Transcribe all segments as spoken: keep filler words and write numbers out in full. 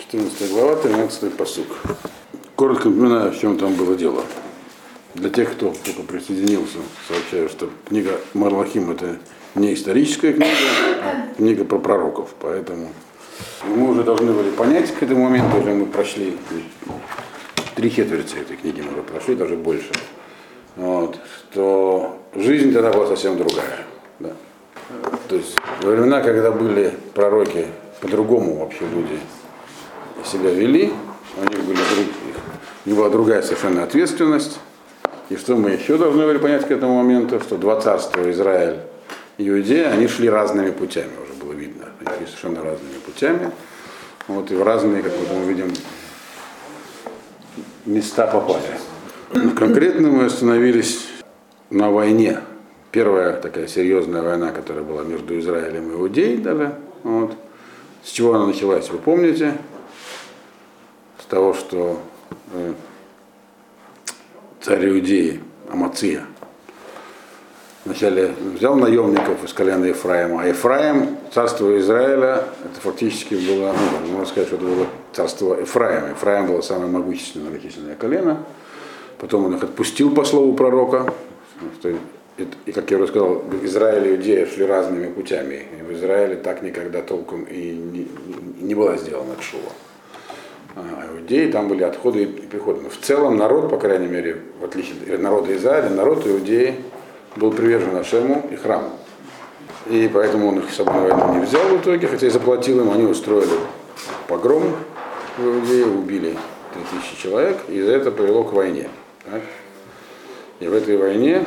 четырнадцатая глава, тринадцатый пасук. Коротко напоминаю, в чем там было дело. Для тех, кто только присоединился, сообщаю, что книга Марлахим — это не историческая книга, а книга про пророков. Поэтому мы уже должны были понять к этому моменту, уже мы прошли три четверти этой книги, мы уже прошли, даже больше. Вот, что жизнь тогда была совсем другая. Да. То есть во времена, когда были пророки, по-другому вообще люди себя вели, у них, были, у них была другая совершенно ответственность. И что мы еще должны были понять к этому моменту, что два царства, Израиль и Иудея, они шли разными путями, уже было видно, они шли совершенно разными путями. Вот, и в разные, как мы видим, места попали. Конкретно мы остановились на войне. Первая такая серьезная война, которая была между Израилем и Иудеей даже. Вот. С чего она началась, вы помните? С того, что э, царь Иудеи, Амация, вначале взял наемников из колена Ефраима, а Ефраим, царство Израиля, это фактически было, ну, можно сказать, что это было царство Ефраима. Ефраим было самое могущественное, многочисленное колено. Потом он их отпустил по слову пророка. Что, и, как я уже сказал, Израиль и Иудея шли разными путями. И в Израиле так никогда толком и не, не была сделана шува. А в Иудее там были отходы и приходы. Но в целом народ, по крайней мере, в отличие от народа Израиля, народ Иудеи был привержен Ашему и храму. И поэтому он их с собой на войну не взял в итоге, хотя и заплатил им. Они устроили погром в Иудее, убили три тысячи человек, и за это привело к войне. Так? И в этой войне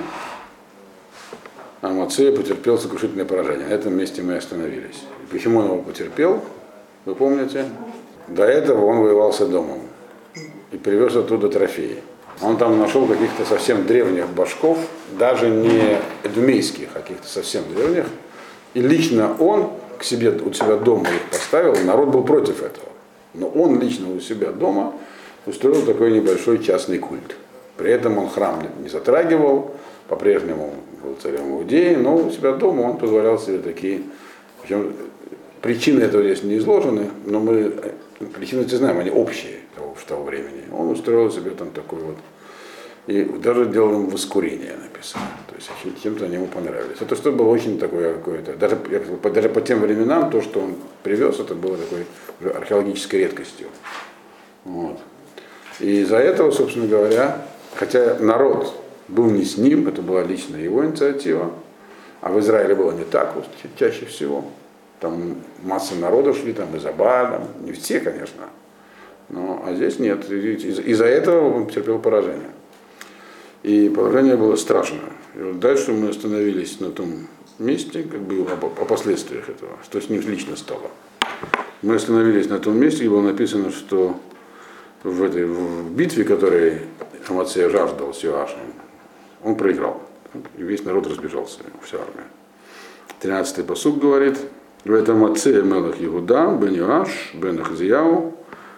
Амация потерпел сокрушительное поражение. На этом месте мы остановились. И почему он его потерпел, вы помните? До этого он воевал с Эдомом и привез оттуда трофеи. Он там нашел каких-то совсем древних башков, даже не эдумейских, а каких-то совсем древних. И лично он к себе, у себя дома их поставил, и народ был против этого. Но он лично у себя дома устроил такой небольшой частный культ. При этом он храм не затрагивал, по-прежнему был царем Иудеи, но у себя дома он позволял себе такие... Причем причины этого здесь не изложены, но мы причины эти знаем, они общие того, в того времени. Он устроил себе там такой вот... И даже делал им воскурение, написано. То есть чем-то они ему понравились. Это что было очень такое какое-то... Даже, даже по тем временам то, что он привез, это было такой археологической редкостью. Вот. И из-за этого, собственно говоря, хотя народ был не с ним, это была лично его инициатива, а в Израиле было не так вот, чаще всего. Там масса народов шли, там из Абаля, не все, конечно, но, а здесь нет. Из-за этого он потерпел поражение. И поражение было страшное. И вот дальше мы остановились на том месте, как бы о, о последствиях этого, что с ним лично стало. Мы остановились на том месте, где было написано, что в этой в битве, которой Амация жаждал с Иоашем, он проиграл. И весь народ разбежался, вся армия. тринадцатый пасук говорит: в этом Амация мелах Иуда, бен Иоаш, бен Ахазияу,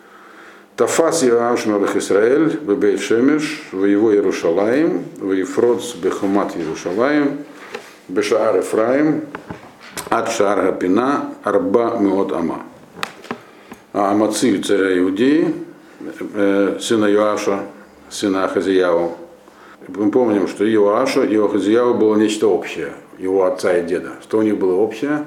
тафас Иоаш мелах Исраэль, бебейт Шемеш, воево Иерушалаим, воефродс бехумат Иерушалаим, бешаар Ефраим, ад шаар Гапина, арба меот ама. А Амацию, царя Иудеи, сына Иоаша, сына Ахазияу. Мы помним, что и Иоаша, и Ахазияу было нечто общее, его отца и деда. Что у них было общее?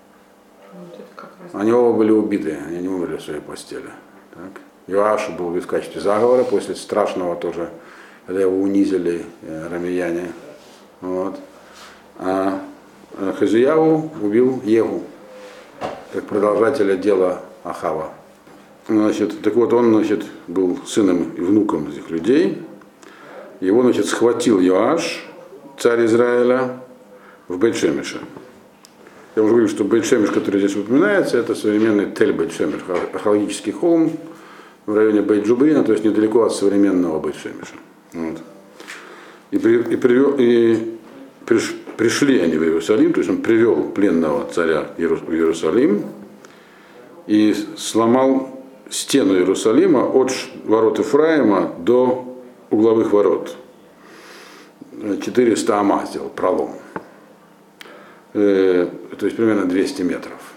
Они оба были убиты, они не умерли в своей постели. Так. Иоаша был убит в качестве заговора, после страшного тоже, когда его унизили рамеяне. Вот. А Ахазияу убил Егу, как продолжателя дела Ахава. Значит, так вот, он, значит, был сыном и внуком этих людей. Его, значит, схватил Иоаш, царь Израиля, в Бейт-Шемеше. Я уже говорил, что Бейт-Шемеш, который здесь упоминается, это современный Тель-Бейт-Шемеш, археологический холм в районе Бейт-Джубрина, то есть недалеко от современного Бейт-Шемеша. Вот. И, при, и, привел, и приш, пришли они в Иерусалим, то есть он привел пленного царя в Иерусалим и сломал стену Иерусалима от ворот Ефраима до угловых ворот. четыреста ама сделал пролом. Э, то есть примерно двести метров.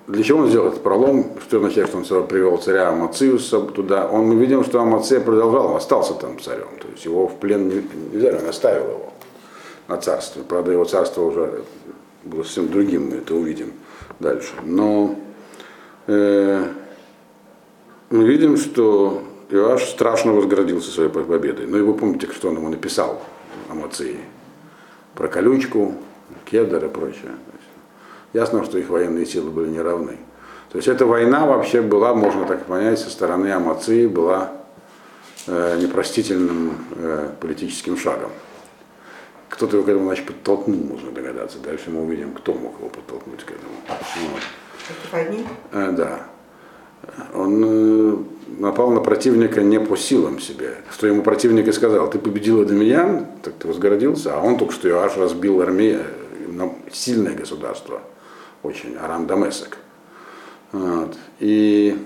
для чего он сделал этот пролом? Что означает, что он сразу привел царя Амациуса туда? Он, мы видим, что Амация продолжал, он остался там царем. То есть его в плен не, не взяли, он оставил его на царство. Правда, его царство уже было совсем другим, мы это увидим дальше. Но э, мы видим, что Иоаш страшно возгордился своей победой. Ну и вы помните, что он ему написал, Амации, про колючку, кедр и прочее. Ясно, что их военные силы были неравны. То есть эта война вообще была, можно так понять, со стороны Амации была э, непростительным э, политическим шагом. Кто-то его к этому, значит, подтолкнул, можно догадаться. Дальше мы увидим, кто мог его подтолкнуть к этому. Вот. Это войне? Э, да. Он э, напал на противника не по силам себе. Что ему противник и сказал: ты победил Эдомиян, так ты возгордился, а он только что Иоаш разбил армию, сильное государство, очень, Арам-Дамесек. Вот. И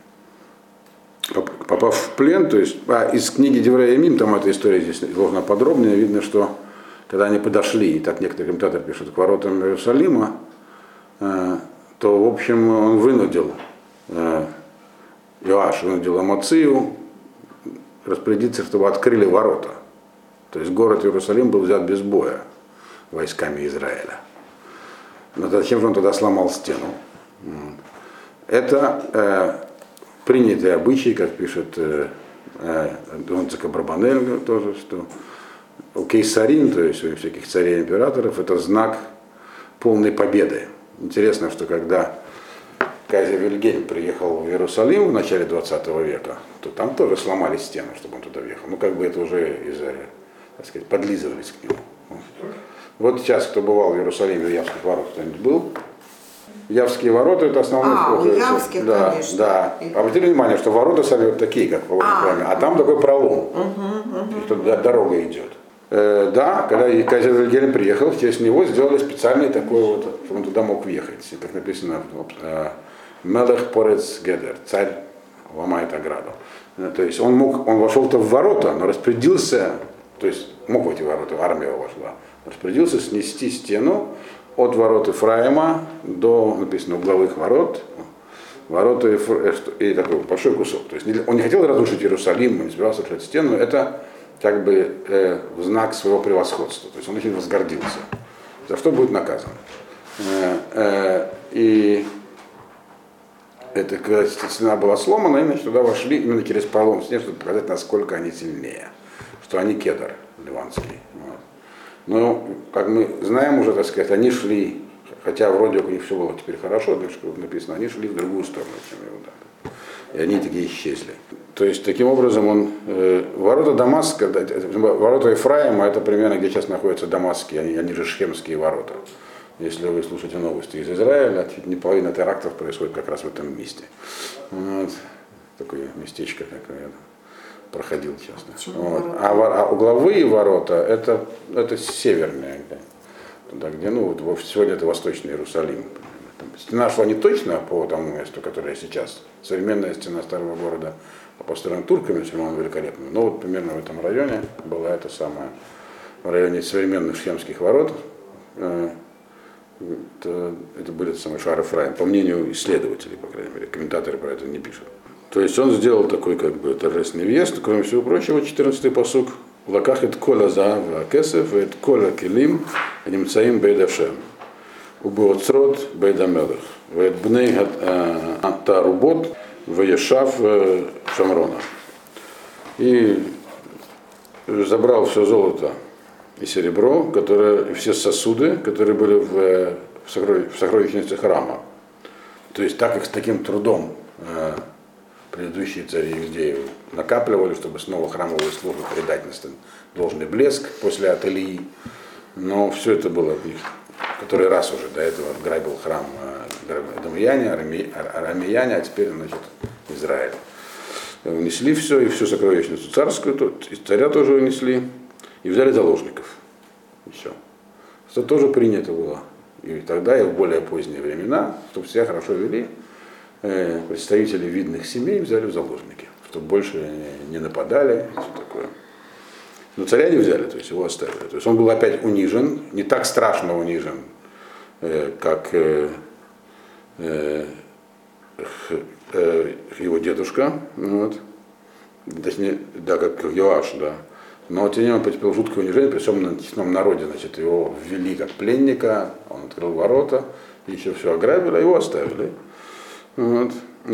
попав в плен, то есть а, из книги Деврей Ямим, там эта история здесь изложена подробнее, видно, что когда они подошли, и так некоторые комментаторы пишут, к воротам Иерусалима, э, то, в общем, он вынудил, э, Иоаш вынудил Амацию распорядиться, чтобы открыли ворота. То есть город Иерусалим был взят без боя войсками Израиля. Но зачем же он тогда сломал стену? Это э, принятые обычаи, как пишет э, Донцика Брабанель тоже, что у кейсарин, то есть у всяких царей и императоров, это знак полной победы. Интересно, что когда Кайзер Вильгельм приехал в Иерусалим в начале двадцатого века, то там тоже сломали стену, чтобы он туда въехал. Ну, как бы это уже из-за, так сказать, подлизывались к нему. Вот сейчас, кто бывал в Иерусалиме, в Явских воротах, кто-нибудь был? Явские ворота — это основной а, вход. У Явских, да, конечно. Да. Обратите внимание, что ворота сами вот такие, как в а, храме, а там такой пролом, угу, угу. что дорога идет. Э, да, когда Кайзер Вильгельм приехал, в честь него сделали специальный такой вот, чтобы он туда мог въехать. Как написано, Мелех Порец Гедер, царь ломает ограду. То есть он мог, он вошел-то в ворота, но распорядился, то есть мог в эти ворота, армия вошла, распорядился снести стену от ворот Ефраима до, написано, угловых ворот, ворота и такой большой кусок. То есть он не хотел разрушить Иерусалим, он не собирался разрушить стену, это как бы э, в знак своего превосходства. То есть он очень возгордился, за что будет наказан. Э, э, и это, когда стена была сломана, именно туда вошли именно через пролом стены, чтобы показать, насколько они сильнее, что они кедр ливанский. Вот. Но, как мы знаем уже, так сказать, они шли, хотя вроде у них все было теперь хорошо, так что написано, они шли в другую сторону, чем Иуда. И они такие исчезли. То есть, таким образом, он, э, ворота Дамаска, ворота Ефраима, это примерно, где сейчас находятся дамасские, они, они же шхемские ворота. Если вы слушаете новости из Израиля, чуть не половина терактов происходит как раз в этом месте. Вот. Такое местечко такое. Проходил, честно. Вот. А, а угловые ворота это, это северные, туда, где, ну, вот, сегодня это Восточный Иерусалим. Там, стена шла не точно по тому месту, которое сейчас. Современная стена старого города построена турками, все равно великолепно. Но вот примерно в этом районе была это самое, в районе современных шхемских ворот. Это, это были самые Шар Ефраим, по мнению исследователей, по крайней мере, комментаторы про это не пишут. То есть он сделал такой, как бы, торжественный въезд, кроме всего прочего, четырнадцатый пасук, «Лаках эт кола заав ваакесев, эт кола келим, немцаим бейдашем, убоцрот бейдамелех, вэт бней тарубот, ваешав шамрона». И забрал все золото и серебро, которые, все сосуды, которые были в, в сокровищнице храма. То есть так их с таким трудом э, предыдущие цари Иудеи накапливали, чтобы снова храмовую службу придать должный блеск после Ателии. Но все это было их, который раз уже до этого грабил храм Адамияне, Арамияне, а теперь, значит, Израиль. Унесли все, и всю сокровищницу царскую, и царя тоже унесли. И взяли заложников. И все. Что тоже принято было. И тогда, и в более поздние времена, чтобы себя хорошо вели, представители видных семей взяли в заложники, чтобы больше не нападали, и все такое. Но царя не взяли, то есть его оставили. То есть он был опять унижен, не так страшно унижен, как э, его дедушка, вот, точнее, да, как Йоаш, да. Но тем не менее он потерпел жуткое унижение, при всем натесном народе, значит, его ввели как пленника, он открыл ворота, еще все ограбили, а его оставили. Вот.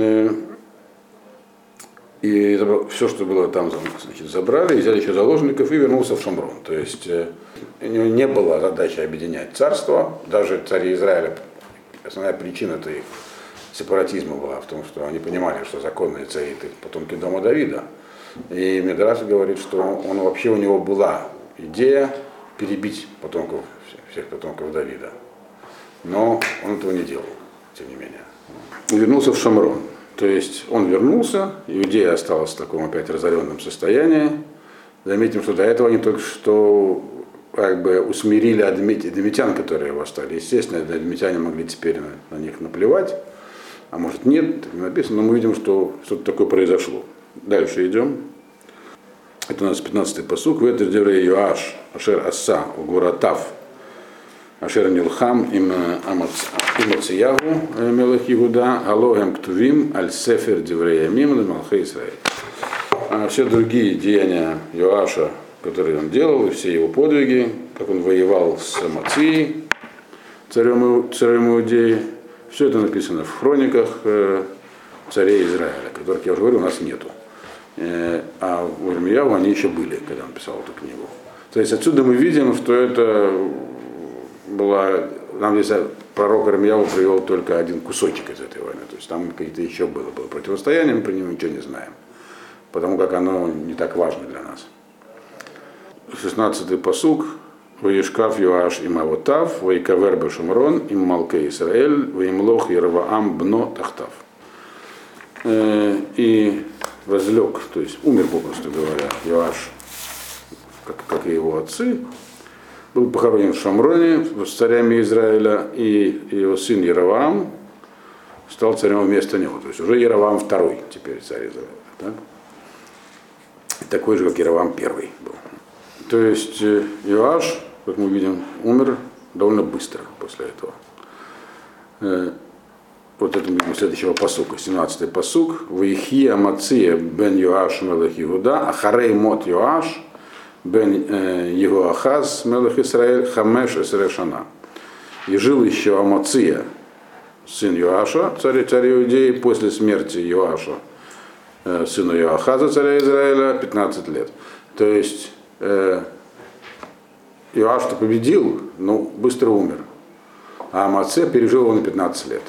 И все, что было там, значит, забрали, взяли еще заложников и вернулся в Шомрон. То есть у него не было задачи объединять царство, даже цари Израиля, основная причина-то их сепаратизма была в том, что они понимали, что законные цари это потомки дома Давида. И Мидраш говорит, что он вообще, у него была идея перебить потомков, всех потомков Давида. Но он этого не делал, тем не менее. И вернулся в Шомрон. То есть он вернулся, Иудея осталась в таком опять разоренном состоянии. Заметим, что до этого они только что как бы усмирили адмитян, которые восстали. Естественно, адмитяне могли теперь на, на них наплевать. А может нет, так не написано, но мы видим, что что-то такое произошло. Дальше идем. Это у нас пятнадцатый пасук. В это деврей Йоаш, Ашер Аса, Угуратав, Ашер Нилхам, им Амациягу, Мелах Игуда, Алогем Ктувим, Аль-Сефер Деврей Ямим, Малхей Исраэль. А все другие деяния Йоаша, которые он делал, и все его подвиги, как он воевал с Амацией, царем, царем Иудеи, все это написано в хрониках э, царей Израиля, которых, я уже говорю, у нас нету. Э, а у Ирмияу они еще были, когда он писал эту книгу. То есть отсюда мы видим, что это была, нам здесь пророк Ирмияу привел только один кусочек из этой войны. То есть там какие-то еще было, было противостояние, мы про него ничего не знаем. Потому как оно не так важно для нас. шестнадцатый пасук. Ваишкав Йоаш им Авотав, Ваикавер Бешумрон, им Малкей Исраэль, Ваимлох Ерваам Бно Тахтав. И возлег, то есть умер, попросту говоря, Йоаш, как, как и его отцы, был похоронен в Шомроне с царями Израиля, и его сын Ероваам стал царем вместо него. То есть уже Ероваам второй теперь царь Израиля. Так? И такой же, как Ероваам первый был. То есть Йоаш, как мы видим, умер довольно быстро после этого. Вот это мы видим следующего пасука, семнадцатый пасук. Ваихи Амация бен Йоаш мелех Иуда, Ахарей мот Йоаш бен Йеhoахаз мелех Исраэль Хамеш Эсрешана. И жил еще Амация, сын Йоаша, царь, царь Иудеи, после смерти Йоаша, сына Йоахаза, царя Израиля, пятнадцать лет. То есть Йоаш-то победил, но быстро умер. А Амация пережил его на пятнадцать лет.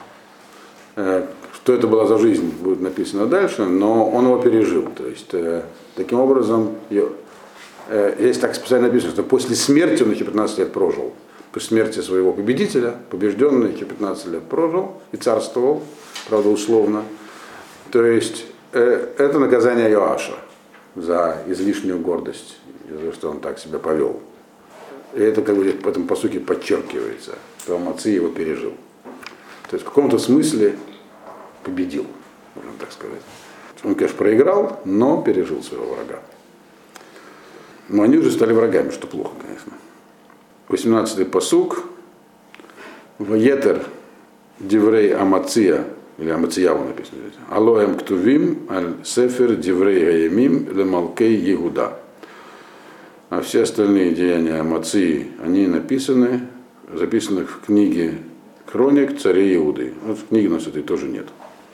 Что это была за жизнь, будет написано дальше, но он его пережил. То есть, таким образом, здесь так специально написано, что после смерти он еще пятнадцать лет прожил. После смерти своего победителя, побежденный еще пятнадцать лет прожил и царствовал, правда, условно. То есть, это наказание Йоаша за излишнюю гордость, за то, что он так себя повел. И это как бы в этом посуке подчеркивается, что Амация его пережил. То есть в каком-то смысле победил, можно так сказать. Он, конечно, проиграл, но пережил своего врага. Но они уже стали врагами, что плохо, конечно. восемнадцатый пасук. Ваетер Диврей Амация, или Амацияву написано здесь. Алоэм Ктувим аль Сефер Диврей Гаямим лемалкей Егуда. А все остальные деяния Амации, они написаны, записаны в книге Хроник царей Иуды. Вот в книге у нас этой тоже нет.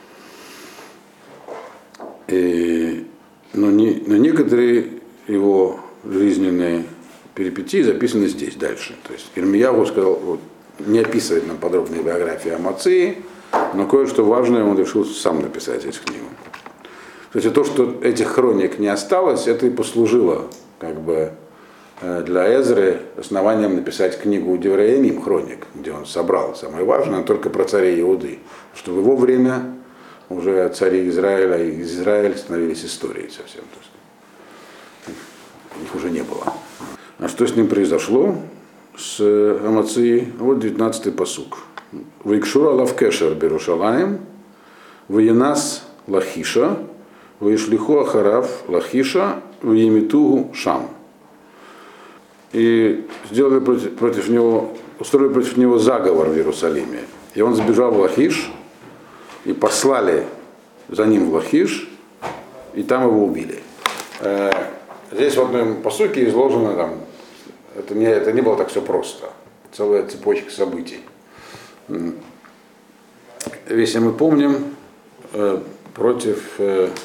И, но, не, но некоторые его жизненные перипетии записаны здесь, дальше. То есть Ирмияу сказал, вот, не описывает нам подробные биографии Амации, но кое-что важное он решил сам написать здесь в книгу. То есть то, что этих хроник не осталось, это и послужило как бы для Эзры основанием написать книгу Деврей Ямим, хроник, где он собрал самое важное, только про царей Иуды, что в его время уже цари Израиля и Израиль становились историей совсем. То есть, их уже не было. А что с ним произошло, с Амацией? Вот девятнадцатый пасук. Ваикшура лавкешер берушалаем, ваенас лахиша, ваишлиху ахарав лахиша, ваемитугу шам. И сделали против, против него, устроили против него заговор в Иерусалиме. И он сбежал в Лахиш, и послали за ним в Лахиш, и там его убили. Здесь в одном посуке изложено, там, это, не, это не было так все просто, целая цепочка событий. Если мы помним, против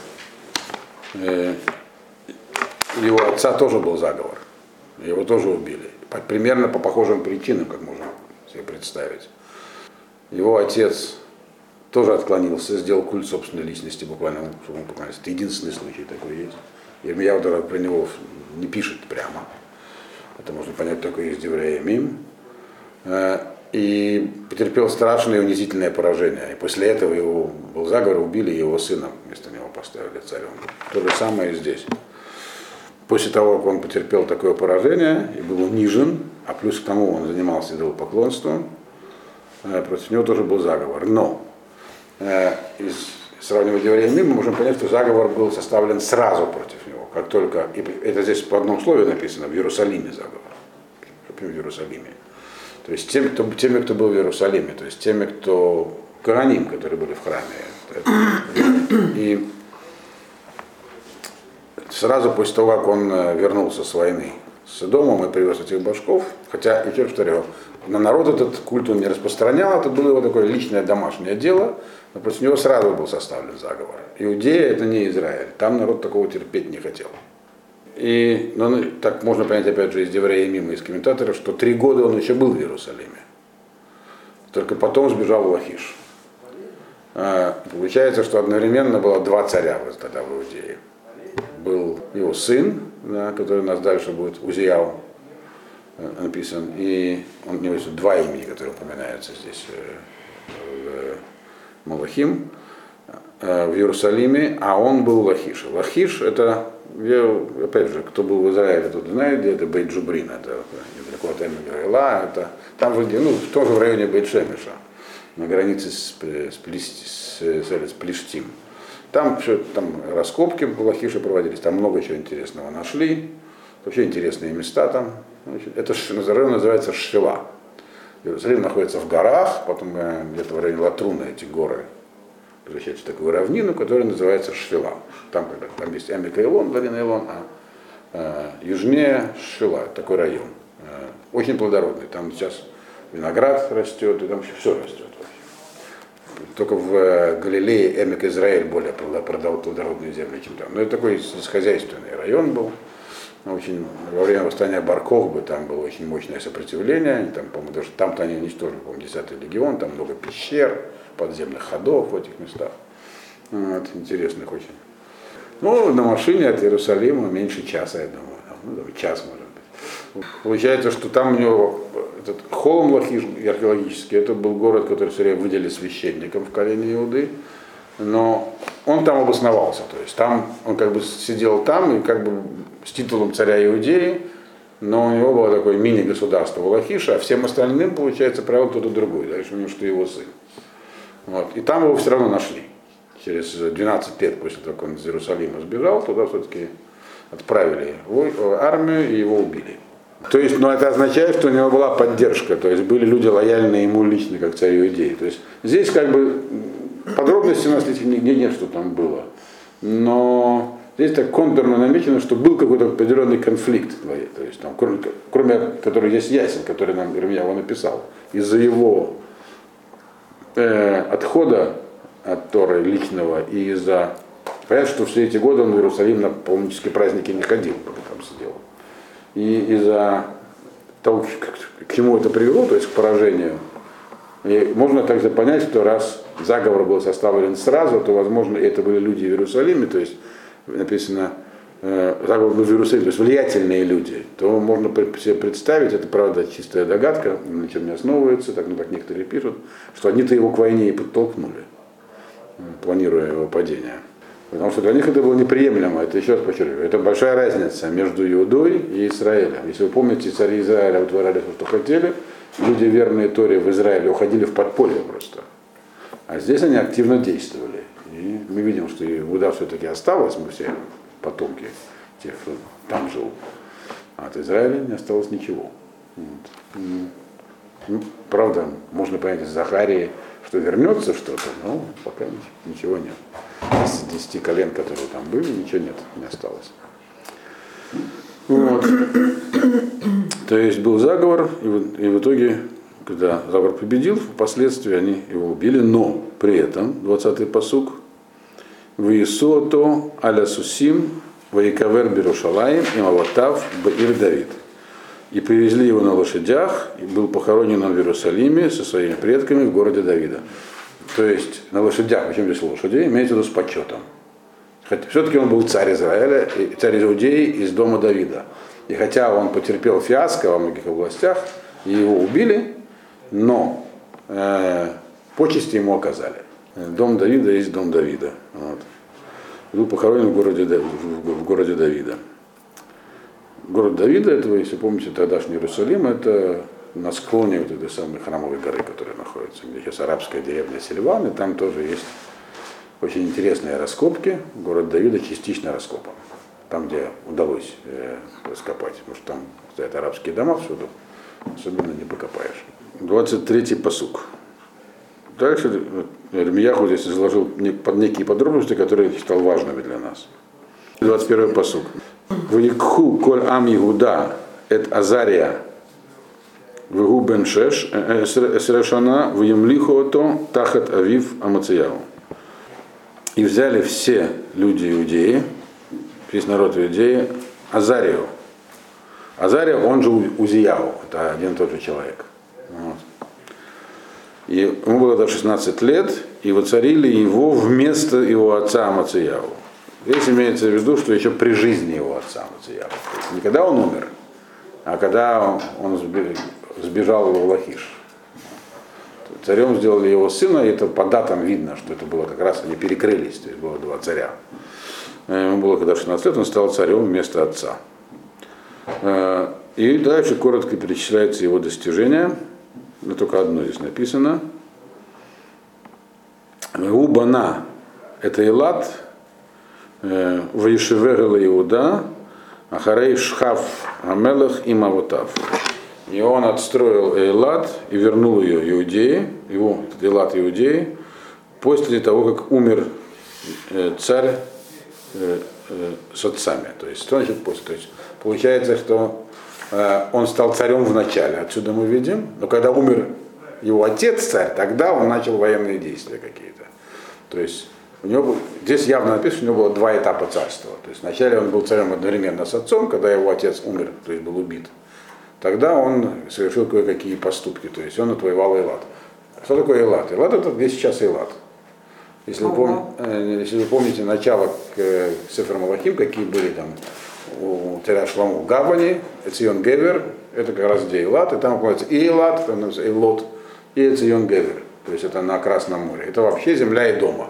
его отца тоже был заговор, его тоже убили, примерно по похожим причинам, как можно себе представить. Его отец тоже отклонился, сделал культ собственной личности, буквально, чтобы он показать. Это единственный случай такой есть. Ирмияу про него не пишет прямо. Это можно понять только из Деврея Мим. И потерпел страшное и унизительное поражение. И после этого его был заговор, убили, и его сына вместо него поставили царем. То же самое и здесь. После того, как он потерпел такое поражение и был унижен, а плюс к тому он занимался идолопоклонством, против него тоже был заговор. Но из сравнивая Деврея Мим, мы можем понять, что заговор был составлен сразу против него. Как только, и это здесь по одном слове написано, в Иерусалиме заговор. В Иерусалиме. То есть теми кто, теми, кто был в Иерусалиме, то есть теми, кто коаним, которые были в храме. И сразу после того, как он вернулся с войны с Эдомом и привез этих башков, хотя, еще раз повторю, на народ этот культ он не распространял, это было его такое личное домашнее дело, но против него сразу был составлен заговор. Иудея — это не Израиль, там народ такого терпеть не хотел. И ну, так можно понять, опять же, из Деврея Мима, из комментаторов, что три года он еще был в Иерусалиме. Только потом сбежал в Лахиш. А, получается, что одновременно было два царя тогда в Иудее. Был его сын, да, который у нас дальше будет, Узияу написан, и он, у него есть два имени, которые упоминаются здесь в Малахим, в Иерусалиме, а он был в Лахише. Лахиш — это, опять же, кто был в Израиле, тот знает, где это Бейт-Джубрин, это недалеко от Эм-Гайла, это там же, ну, тоже в районе Бейт-Шемеша, на границе с, с, с, с Плештим. Там все, там раскопки в Лахише проводились, там много чего интересного нашли, вообще интересные места там. Это район называется Швила. Иерусалим находится в горах, потом где-то в районе Латруна эти горы превращаются в такую равнину, которая называется Швила. Там, там есть Эмик Илон, долина Илон, а, а южнее Швила, такой район. А, очень плодородный. Там сейчас виноград растет, и там все растет. Только в Галилее Эмик Израиль более плодородные земли, чем там. Но это такой сельскохозяйственный район был. Очень, во время восстания Бар-Кохбы там было очень мощное сопротивление. Они там, по-моему, даже там-то они уничтожили, по-моему, десятый легион, там много пещер, подземных ходов в этих местах. Вот, интересных очень. Ну, на машине от Иерусалима меньше часа, я думаю. Ну, час, может быть. Получается, что там у него этот холм Лахиш археологический, это был город, который все время выделили священником в колене Иуды, но он там обосновался, то есть там он как бы сидел там и как бы с титулом царя Иудеи, но у него было такое мини-государство Лахиша, а всем остальным, получается, правил кто-то другой, дальше у него что его сын. Вот. И там его все равно нашли. Через двенадцать лет после того, как он из Иерусалима сбежал, туда все-таки отправили армию и его убили. То есть, ну, это означает, что у него была поддержка, то есть были люди лояльные ему лично, как царю Иудеи. То есть здесь как бы подробностей у нас здесь нигде нет, что там было. Но здесь так контурно намечено, что был какой-то определенный конфликт, то есть, там, кроме, кроме который есть ясен, который нам Ирмияу написал. Из-за его э, отхода от Торы личного и из-за... Понятно, что все эти годы он в Иерусалим на паломнические праздники не ходил, пока там сидел. И из-за того, к, к чему это привело, то есть к поражению, и можно также понять, что раз заговор был составлен сразу, то, возможно, это были люди в Иерусалиме, то есть написано, э, заговор был в Иерусалиме, то есть влиятельные люди, то можно себе представить, это правда чистая догадка, на чем не основывается, так, ну, так некоторые пишут, что они-то его к войне и подтолкнули, планируя его падение. Потому что для них это было неприемлемо, это еще раз подчеркиваю, это большая разница между Иудой и Израилем. Если вы помните, цари Израиля вытворяли все, что хотели, люди, верные Торе в Израиле, уходили в подполье просто. А здесь они активно действовали. И мы видим, что Иуда все-таки осталась, мы все потомки тех, кто там жил. А от Израиля не осталось ничего. Вот. Ну, правда, можно понять из Захарии, что вернется что-то, но пока ничего нет. Из десяти колен, которые там были, ничего нет, не осталось. Вот. То есть был заговор, и в, и в итоге, когда заговор победил, впоследствии они его убили, но при этом, двадцатый пасук, «Виесото аля сусим, ваикавер берушалаим, и маватав баир Давид». И привезли его на лошадях, и был похоронен он в Иерусалиме со своими предками в городе Давида. То есть на лошадях, почему здесь лошади, имеется в виду с почетом. Хотя все-таки он был царь Израиля, царь Иудеи из дома Давида. И хотя он потерпел фиаско во многих областях, и его убили, но э, почести ему оказали. Дом Давида есть дом Давида. Вот. Был похоронен в городе, в городе Давида. Город Давида, это, если помните, тогдашний Иерусалим, это на склоне вот этой самой храмовой горы, которая находится, где сейчас арабская деревня Сильван, и там тоже есть очень интересные раскопки. Город Давида частично раскопан. Там, где удалось э, раскопать. Потому что там стоят арабские дома всюду, особенно не покопаешь. двадцать третий пасук. Дальше Ирмияху здесь изложил под некие подробности, которые считал важными для нас. двадцать первый пасук. «Ваикху коль ам Иуда эт Азария вегу бен шеш эсрешана ваемлиху ото тахат авив Амацияу». И взяли все люди Иудеи, весь народ Иудеи, Азарию. Азария, он же Узияу, это один и тот же человек. Вот. И ему было до шестнадцати лет, и воцарили его вместо его отца Амацияу. Здесь имеется в виду, что еще при жизни его отца Амацияу. Не когда он умер, а когда он сбежал в Лахиш. Царем сделали его сына, и это по датам видно, что это было как раз, они перекрылись, то есть было два царя. Ему было когда шестнадцать лет, он стал царем вместо отца. И дальше коротко перечисляются его достижения. Но только одно здесь написано. Убана — это Элат, Ваишевегала Иуда, Ахарей Шхав Амелах и Мавотав. И он отстроил Элат и вернул ее Иудеи, его Элат Иудеи, после того, как умер царь с отцами. То есть, что значит после? То есть, получается, что он стал царем в начале, отсюда мы видим, но когда умер его отец царь, тогда он начал военные действия какие-то. То есть у него, здесь явно написано, у него было два этапа царства. То есть вначале он был царем одновременно с отцом, когда его отец умер, то есть был убит. Тогда он совершил кое-какие поступки, то есть он отвоевал Элат. Что такое Элат? Элат — это где сейчас Элат. Если вы, пом... если вы помните начало к Сефер Малахим, какие были там у царя Шламу Гавани, Эцион Гевер, это как раз где Элат, и там находится и Элат, там находится Элот, и Эцион Гевер, то есть это на Красном море. Это вообще земля и дома.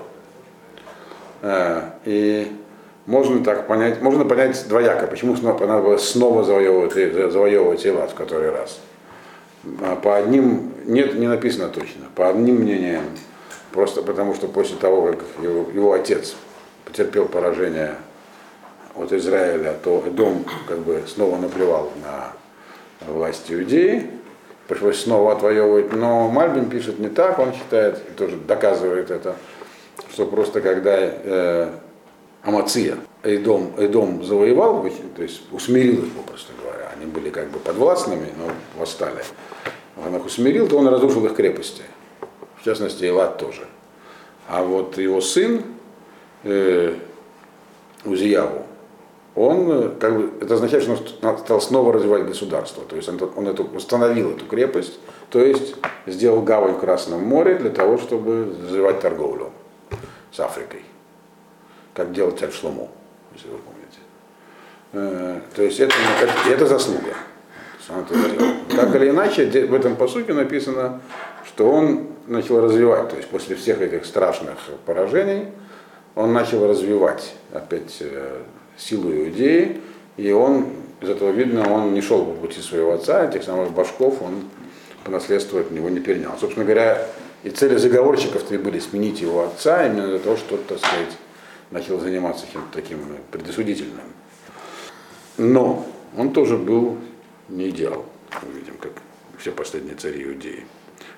И можно так понять, можно понять двояко, почему понадобилось снова завоевывать, завоевывать Элат в который раз. По одним, нет, не написано точно, по одним мнениям, просто потому что после того, как его, его отец потерпел поражение от Израиля, то дом как бы снова наплевал на власть Иудеи, пришлось снова отвоевывать, но Мальбим пишет не так, он считает, и тоже доказывает это, что просто когда э, Амация Эдом, Эдом завоевал, то есть усмирил их, попросту говоря, они были как бы подвластными, но восстали, он их усмирил, то он разрушил их крепости, в частности Элат тоже. А вот его сын э, Узияву, он, как бы, это означает, что он стал снова развивать государство. То есть он, он эту, установил эту крепость, то есть сделал гавань в Красном море для того, чтобы развивать торговлю с Африкой. Как делал царь Шломо, если вы помните. То есть это, это, это заслуга. Так или иначе, в этом посуке написано, что он начал развивать, то есть после всех этих страшных поражений, он начал развивать опять силу Иудеи, и он, из этого видно, он не шел по пути своего отца, этих самых башков он по наследству от него не перенял. Собственно говоря, и цели заговорщиков-то и были сменить его отца, именно для того, чтобы, так сказать, начал заниматься чем-то таким предосудительным. Но он тоже был не идеал, мы видим, как все последние цари Иудеи.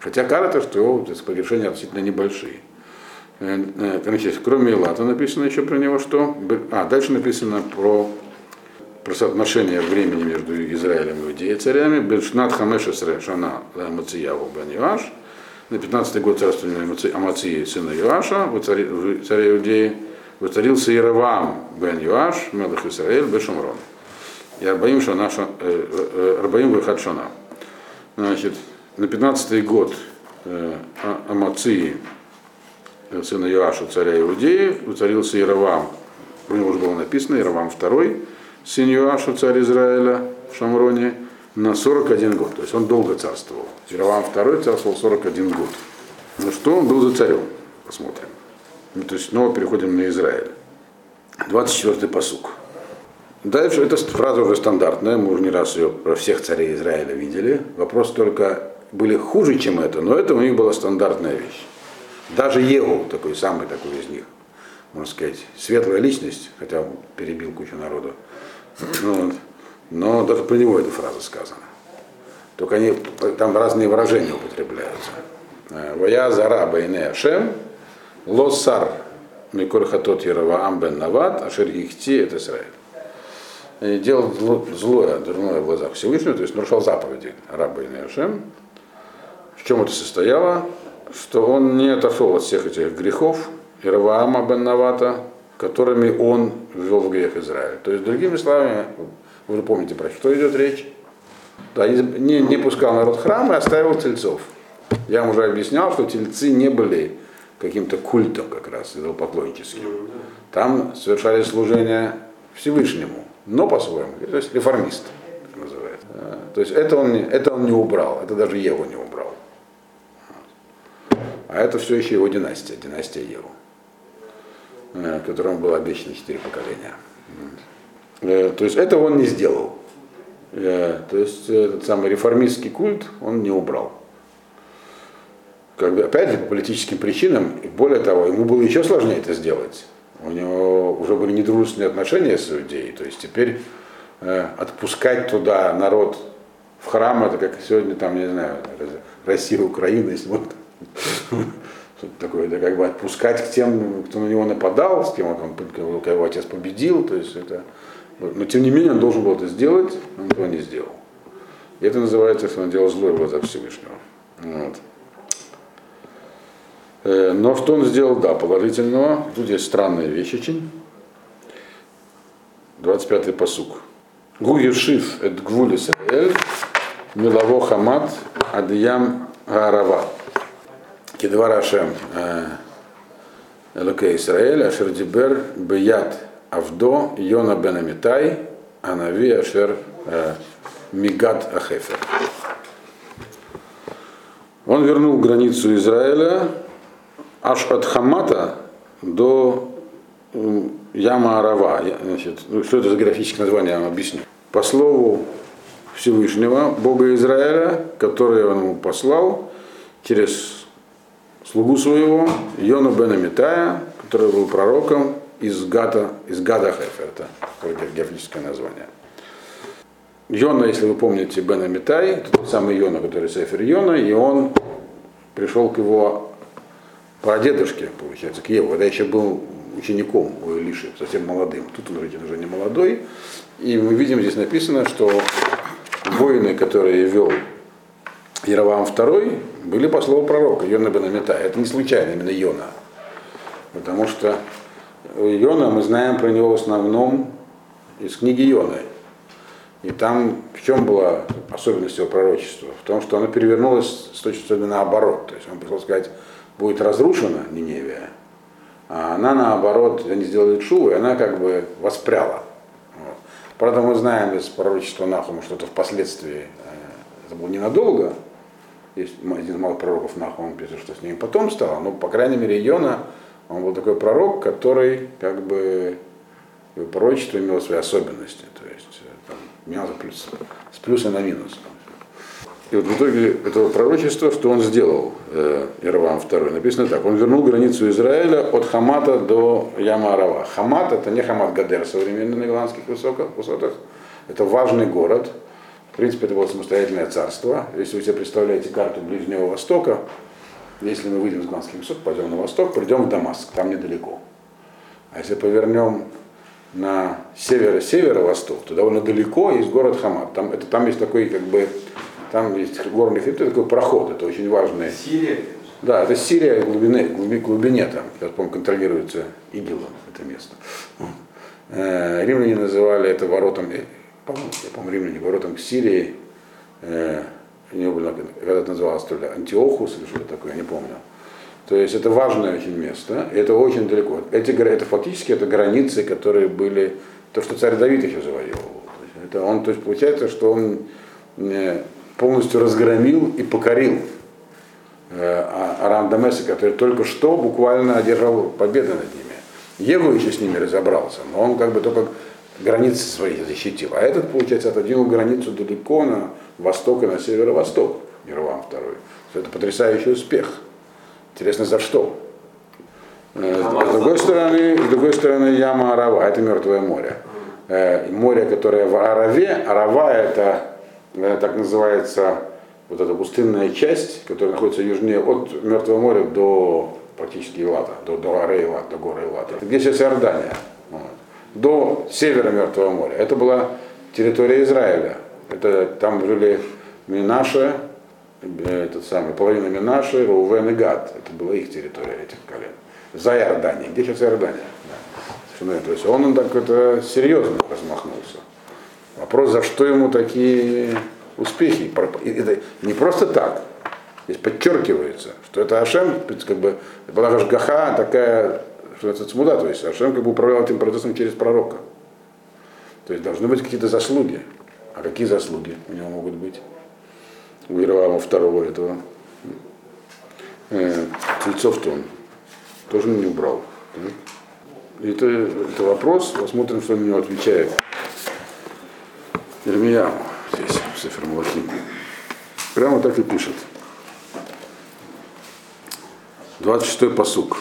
Хотя кажется, что его погрешения относительно небольшие. Значит, кроме Илата написано еще про него, что... А, дальше написано про, про соотношение времени между Израилем и Иудеей царями. Бельшнат Хамешесре Шана Мацияву бен Йоаш. На пятнадцатый год царствования Амации сына Йоаша, царя Иудеи, воцарился Иераваам бен Йоаш, мелых Исраэль, бешамрон. И Арбаим Шана, Арбаим Вехад Шана. Значит, на пятнадцатый год Амации сына Йоаша, царя Иудеи, воцарился Иераваам. У него уже было написано Иераваам второй, сын Йоаша, царь Израиля в Шамроне, на сорок один год. То есть он долго царствовал. Иераваам второй царствовал сорок один год. Ну что он был за царем? Посмотрим. Ну, то есть снова переходим на Израиль. двадцать четвёртый пасук. Дальше эта фраза уже стандартная, мы уже не раз ее про всех царей Израиля видели. Вопрос только, были хуже, чем это, но это у них была стандартная вещь. Даже Егу, такой самый такой из них, можно сказать, светлая личность, хотя он перебил кучу народу. Ну, но даже про него эта фраза сказана. Только они, там разные выражения употребляются. Вая зара байне Ашем, лосар миколь хатот Иераваам бен Нават, ашер ихти это Израиль. Делал злое, дурное в глазах Всевышнего, то есть нарушал заповеди раба байне Ашем. В чем это состояло? Что он не отошел от всех этих грехов Иераваама бен Навата, которыми он ввел в грех Израиля. То есть, другими словами, вы же помните, про что идет речь? Да, не, не пускал народ в храм и оставил тельцов. Я вам уже объяснял, что тельцы не были каким-то культом как раз, идолопоклонническим. Там совершали служение Всевышнему, но по-своему. То есть реформист, так называется. То есть это он, не, это он не убрал, это даже Еву не убрал. А это все еще его династия, династия Еву, которому было обещано четыре поколения. То есть этого он не сделал. То есть этот самый реформистский культ он не убрал. Как бы, опять же, по политическим причинам, и более того, ему было еще сложнее это сделать. У него уже были недружественные отношения с Иудеей, то есть теперь э, отпускать туда народ в храм, это как сегодня, там, не знаю, Россия, Украина, если вот что-то такое, это как бы отпускать к тем, кто на него нападал, с кем он, кого его отец победил, то есть это, но тем не менее он должен был это сделать, он этого не сделал. И это называется, что он делал злое в глазах Всевышнего. Вот. Но что он сделал, да, положительного. Тут есть странная вещь очень. двадцать пятый пасук. Гу ешив эт гвуль Исраэль, милаво хамат адьям гаарава. Кедвар Ашем элокей Исраэль, ашер дибер беят авдо Йона бен Амитай, анави ашер мигат ахефер. Он вернул границу Израиля аж от Хамата до Яма Арава. Значит, ну, что это за географическое название, я вам объясню. По слову Всевышнего, Бога Израиля, который он ему послал через слугу своего, Йона бен Амитая, который был пророком из Гата, из Гада Хефер. Это географическое название. Йона, если вы помните, бен Амитай, это тот самый Йона, который Сефер Йона, и он пришел к его прадедушке, получается, к Еву, когда еще был учеником у Илиши, совсем молодым. Тут он уже не молодой. И мы видим, здесь написано, что воины, которые вел Иераваам второй, были по слову пророка, Йона бен Амитай. Это не случайно именно Йона. Потому что Йона, мы знаем про него в основном из книги Йоны. И там в чем была особенность его пророчества? В том, что оно перевернулось с точки зрения наоборот. То есть он пришел сказать, будет разрушена Ниневия, а она наоборот, они сделали тшуву, и она как бы воспряла. Вот. Правда, мы знаем из пророчества Нахума, что это впоследствии, это было ненадолго, есть один из малых пророков Нахума, он пишет, что с ним потом стало, но, по крайней мере, Йона, он был такой пророк, который как бы, его пророчество имело свои особенности, то есть там, менялся плюс, с плюса на минус. И вот в итоге этого пророчества, что он сделал, э, Иераваам второй, написано так, он вернул границу Израиля от Хамата до Яма Арава. Хамат это не Хамат Гадер современный на голландских высотах, это важный город, В принципе, это было самостоятельное царство. Если вы себе представляете карту Ближнего Востока, если мы выйдем с Дамасских высот, пойдем на восток, придем в Дамаск, там недалеко. А если повернем на северо-северо-восток, то довольно далеко есть город Хамат. Там, это, там есть такой, как бы, там есть горный хребет, такой проход, это очень важный. Сирия? Да, это Сирия в глубине, глубине, глубине там, я помню, контролируется Игилом это место. Э, римляне называли это воротом, я помню, я помню римляне, воротом к Сирии, э, у него было, когда это называлось, то ли Антиохус или что-то такое, я не помню. То есть это важное очень место, и это очень далеко. Эти, это фактически это границы, которые были, то, что царь Давид еще завоевывал. Это он, то есть получается, что он полностью разгромил и покорил Арам Дамеса, который только что буквально одержал победу над ними. Егу еще с ними разобрался, но он как бы только границы свои защитил. А этот, получается, отодвинул границу далеко на восток и на северо-восток, Яровам второй. Это потрясающий успех. Интересно, за что? С другой стороны, с другой стороны яма Арава, это Мертвое море. Море, которое в Араве, Арава это так называется вот эта пустынная часть, которая находится южнее от Мертвого моря до практически Илата, до, до горы Илат, до горы Илата. Где сейчас Иордания? Вот. До севера Мертвого моря. Это была территория Израиля. Это там жили Минаше, этот самый, половина Минаши, Рувен и Гад. Это была их территория, этих колен. За Иорданией. Где сейчас Иордания? Да. То есть он, он так это серьезно размахнулся. Вопрос, за что ему такие успехи. Это не просто так. Здесь подчеркивается, что это Ашем, как бы, была Гашгаха такая, что это цмуда, то есть Ашем как бы управлял этим процессом через пророка. То есть должны быть какие-то заслуги. А какие заслуги у него могут быть? У Яровама второго этого. Э, Тельцов-то он тоже не убрал. Это, это вопрос, посмотрим, что он на него отвечает. Ирмияу здесь, в Сефер Малахим. Прямо так и пишет. двадцать шестой пасук.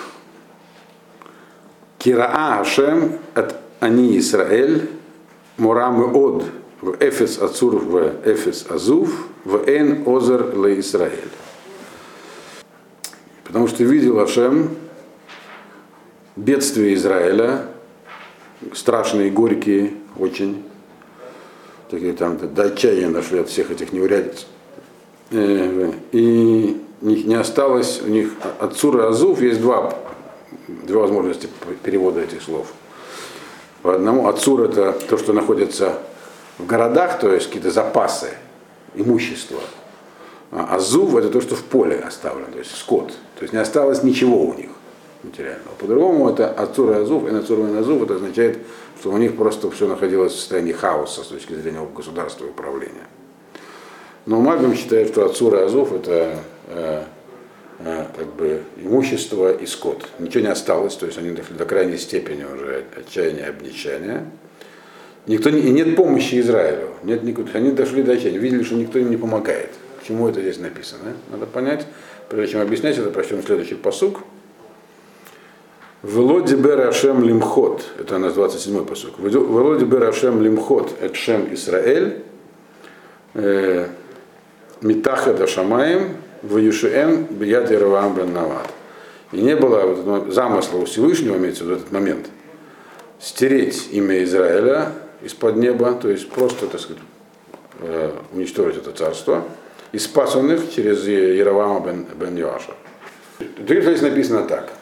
Кираа Ашем от Ани Исраэль, Мурамы Од, в Эфес Ацур, в Эфес Азув, в Эн Озер Ле Исраэль. Потому что видел Ашем бедствия Израиля, страшные, горькие, очень, такие там до отчаяния дошли от всех этих неурядиц. И не осталось у них от Цур и Азув есть два, две возможности перевода этих слов. По одному Ацур это то, что находится в городах, то есть какие-то запасы, имущество. А Азув это то, что в поле оставлено, то есть скот. То есть не осталось ничего у них материального. По-другому это Ацур и Азув, и Ацур и Азув это означает, что у них просто все находилось в состоянии хаоса с точки зрения государства и управления. Но Мальбим считает, что Ацур и Азув это э, э, как бы имущество и скот. Ничего не осталось, то есть они дошли до крайней степени уже отчаяния и обнищания. Никто не, и нет помощи Израилю. Нет никакой, они дошли до отчаяния, видели, что никто им не помогает. К чему это здесь написано? Надо понять, прежде чем объяснять это, прочтем следующий пасук. Велоди бер Ашем лимхот, это у нас двадцать седьмой пасук. Велоди бер Ашем лимхот эт Шем Исраэль, Митаха да Шамаем, в Юшиэн бияд Яроваам бен Навад. И не было вот замысла у Всевышнего, имеется в виду этот момент, стереть имя Израиля из-под неба, то есть просто, так сказать, уничтожить это царство, и спас он их через Яроваама бен, бен Йоаша. Здесь написано так.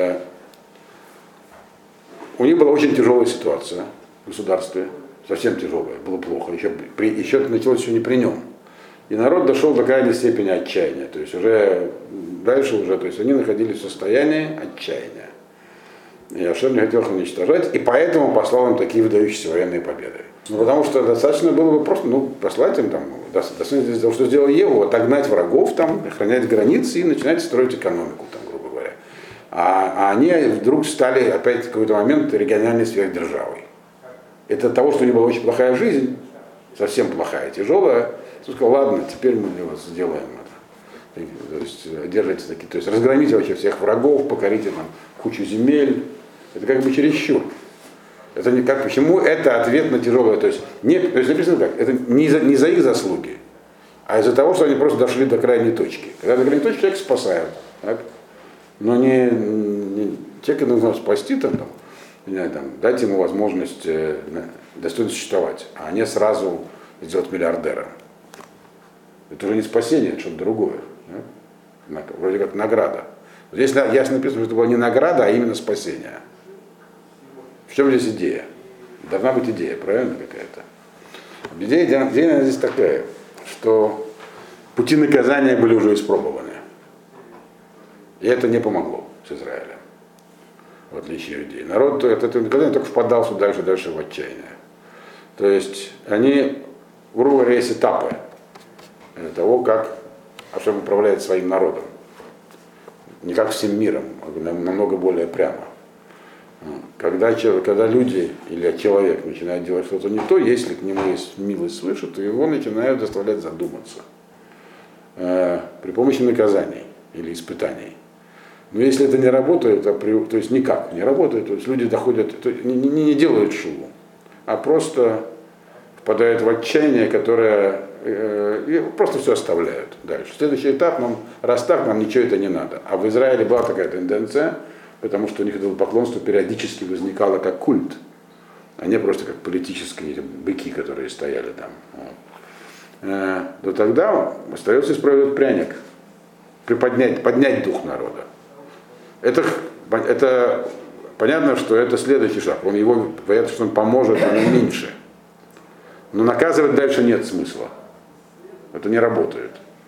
У них была очень тяжелая ситуация в государстве, совсем тяжелая, было плохо, еще, при, еще это началось еще не при нем. И народ дошел до крайней степени отчаяния, то есть уже дальше уже, то есть они находились в состоянии отчаяния. И Ашем не хотел их уничтожать, и поэтому послал им такие выдающиеся военные победы. Ну, потому что достаточно было бы просто, ну, послать им там, достаточно того, что сделал Еву, отогнать врагов там, охранять границы и начинать строить экономику там, грубо говоря. А, а они вдруг стали опять в какой-то момент региональной сверхдержавой. Это от того, что у них была очень плохая жизнь, совсем плохая, тяжелая. Он сказал, ладно, теперь мы для вас сделаем это. То есть держите такие, то есть разгромите вообще всех врагов, покорите там кучу земель. Это как бы чересчур. Это не как, почему это ответ на тяжелое, то есть, не, то есть написано так, это не за, не за их заслуги, а из-за того, что они просто дошли до крайней точки. Когда до крайней точки человек спасают, так? Но не, не человека нужно спасти, там, там, не знаю, там, дать ему возможность э, достойно существовать, а не сразу сделать миллиардером. Это уже не спасение, это что-то другое. Да? Вроде как награда. Здесь ясно написано, что это была не награда, а именно спасение. В чем здесь идея? Должна быть идея, правильно какая-то? Идея, идея здесь такая, что пути наказания были уже испробованы. И это не помогло с Израилем, в отличие от идеи. Народ от этого наказания только впадал все дальше и дальше в отчаяние. То есть они, грубо говоря, есть этапы того, как Ашем управляет своим народом. Не как всем миром, а намного более прямо. Когда, когда люди или человек начинают делать что-то не то, если к нему есть милость свыше, то его начинают заставлять задуматься э, при помощи наказаний или испытаний. Но если это не работает, а при, то есть никак не работает, то есть люди доходят, то, не, не, не делают шуву, а просто впадают в отчаяние, которое э, просто все оставляют дальше. Следующий этап, нам, раз так, нам ничего это не надо. А в Израиле была такая тенденция, потому что у них это поклонство периодически возникало как культ, а не просто как политические быки, которые стояли там. Вот. Э, то тогда остается исправить пряник, приподнять, поднять дух народа. Это, это понятно, что это следующий шаг. Он его, понятно, что он поможет, а не меньше. Но наказывать дальше нет смысла. Это не работает.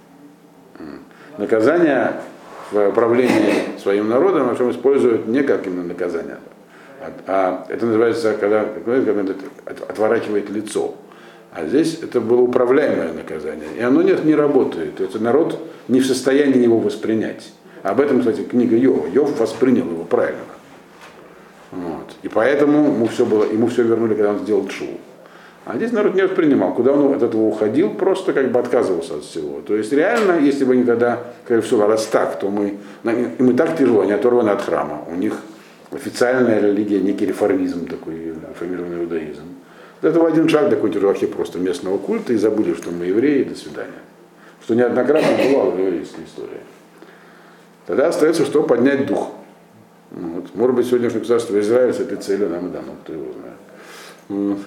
Наказание в управлении своим народом, о чем используют не как именно наказание, а, а это называется, когда, когда отворачивает лицо. А здесь это было управляемое наказание. И оно нет, не работает. Это народ не в состоянии его воспринять. Об этом, кстати, книга Йова. Йов воспринял его правильно. Вот. И поэтому ему все, было, ему все вернули, когда он сделал тшуву. А здесь народ не воспринимал. Куда он от этого уходил, просто как бы отказывался от всего. То есть реально, если бы они тогда сказали, все, раз так, то мы, им и так тяжело, они оторваны от храма. У них официальная религия, некий реформизм такой, реформированный иудаизм. До этого один шаг такой вообще просто местного культа, и забыли, что мы евреи, до свидания. Что неоднократно бывало в еврейской истории. Тогда остается, что поднять дух. Вот. Может быть, сегодняшнее государство Израиль с этой целью нам и дано, кто его знает. Вот.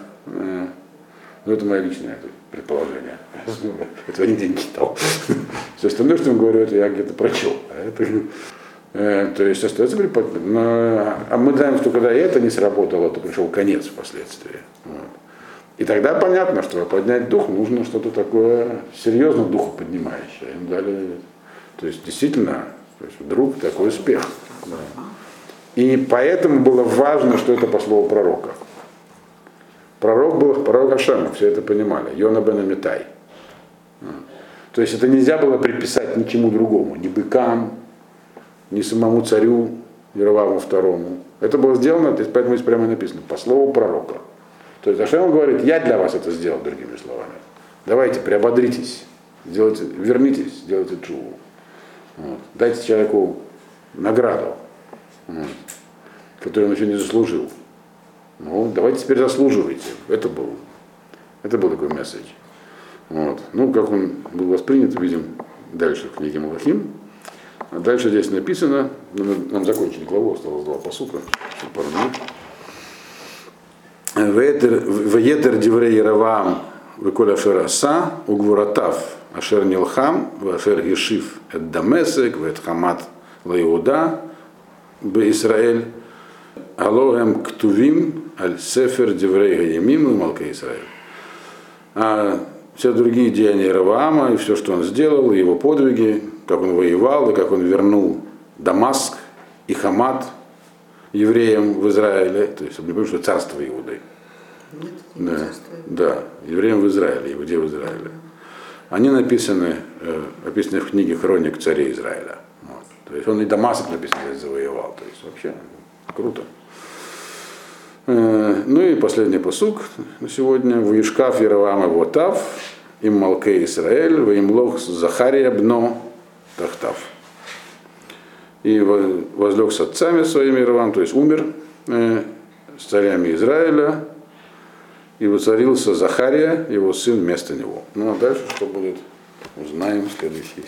Но это мое личное предположение. Этого нигде не читал. Все остальное, что я говорю, это я где-то прочел. А это, э, то есть остается, но, а мы знаем, что когда это не сработало, то пришел конец впоследствии. Вот. И тогда понятно, что поднять дух нужно что-то такое серьезно духоподнимающее. Им дали, то есть действительно, то есть вдруг такой успех. Да. И поэтому было важно, что это по слову пророка. Пророк был пророк Ашема, все это понимали. Йона бен Амитай. То есть это нельзя было приписать ничему другому, ни быкам, ни самому царю Яроваму второму. Это было сделано, поэтому здесь прямо написано, по слову пророка. То есть Ашем говорит, я для вас это сделал, другими словами. Давайте, приободритесь, сделайте, вернитесь, сделайте тшуву. Вот. Дайте человеку награду, вот, которую он еще не заслужил. Ну, давайте теперь заслуживайте. Это был, это был такой месседж. Вот. Ну, как он был воспринят, видим дальше в книге Малахим. А дальше здесь написано, нам, нам закончили главу, осталось два пасука, пару минут. Ваетер диврей Яроваам веколь ашер аса угвуратав ашер нилхам вашер гешив эт дамесек вет хамат лаиуда бе Исраэль алоэм ктувим аль сефер диврей гаямим и малка Исраэль. А все другие деяния Яроваама и все, что он сделал, его подвиги, как он воевал и как он вернул Дамаск и Хамат евреям в Израиле, то есть, не помню, что царство Иуды. Нет, не да, царство. да, евреям в Израиле, Иуде в Израиле. Они написаны, э, описаны в книге Хроник царей Израиля. Вот. То есть он и Дамаск написано здесь завоевал. То есть вообще круто. Э, ну и последний пасук на сегодня. Ваишкав Яроваам и Вотав, им Малкей Исраэль, воимлох Захария бно Тахтав. И возлег с отцами своими Яроваам, то есть умер э, с царями Израиля, и воцарился Захария, его сын, вместо него. Ну а дальше что будет, узнаем в следующей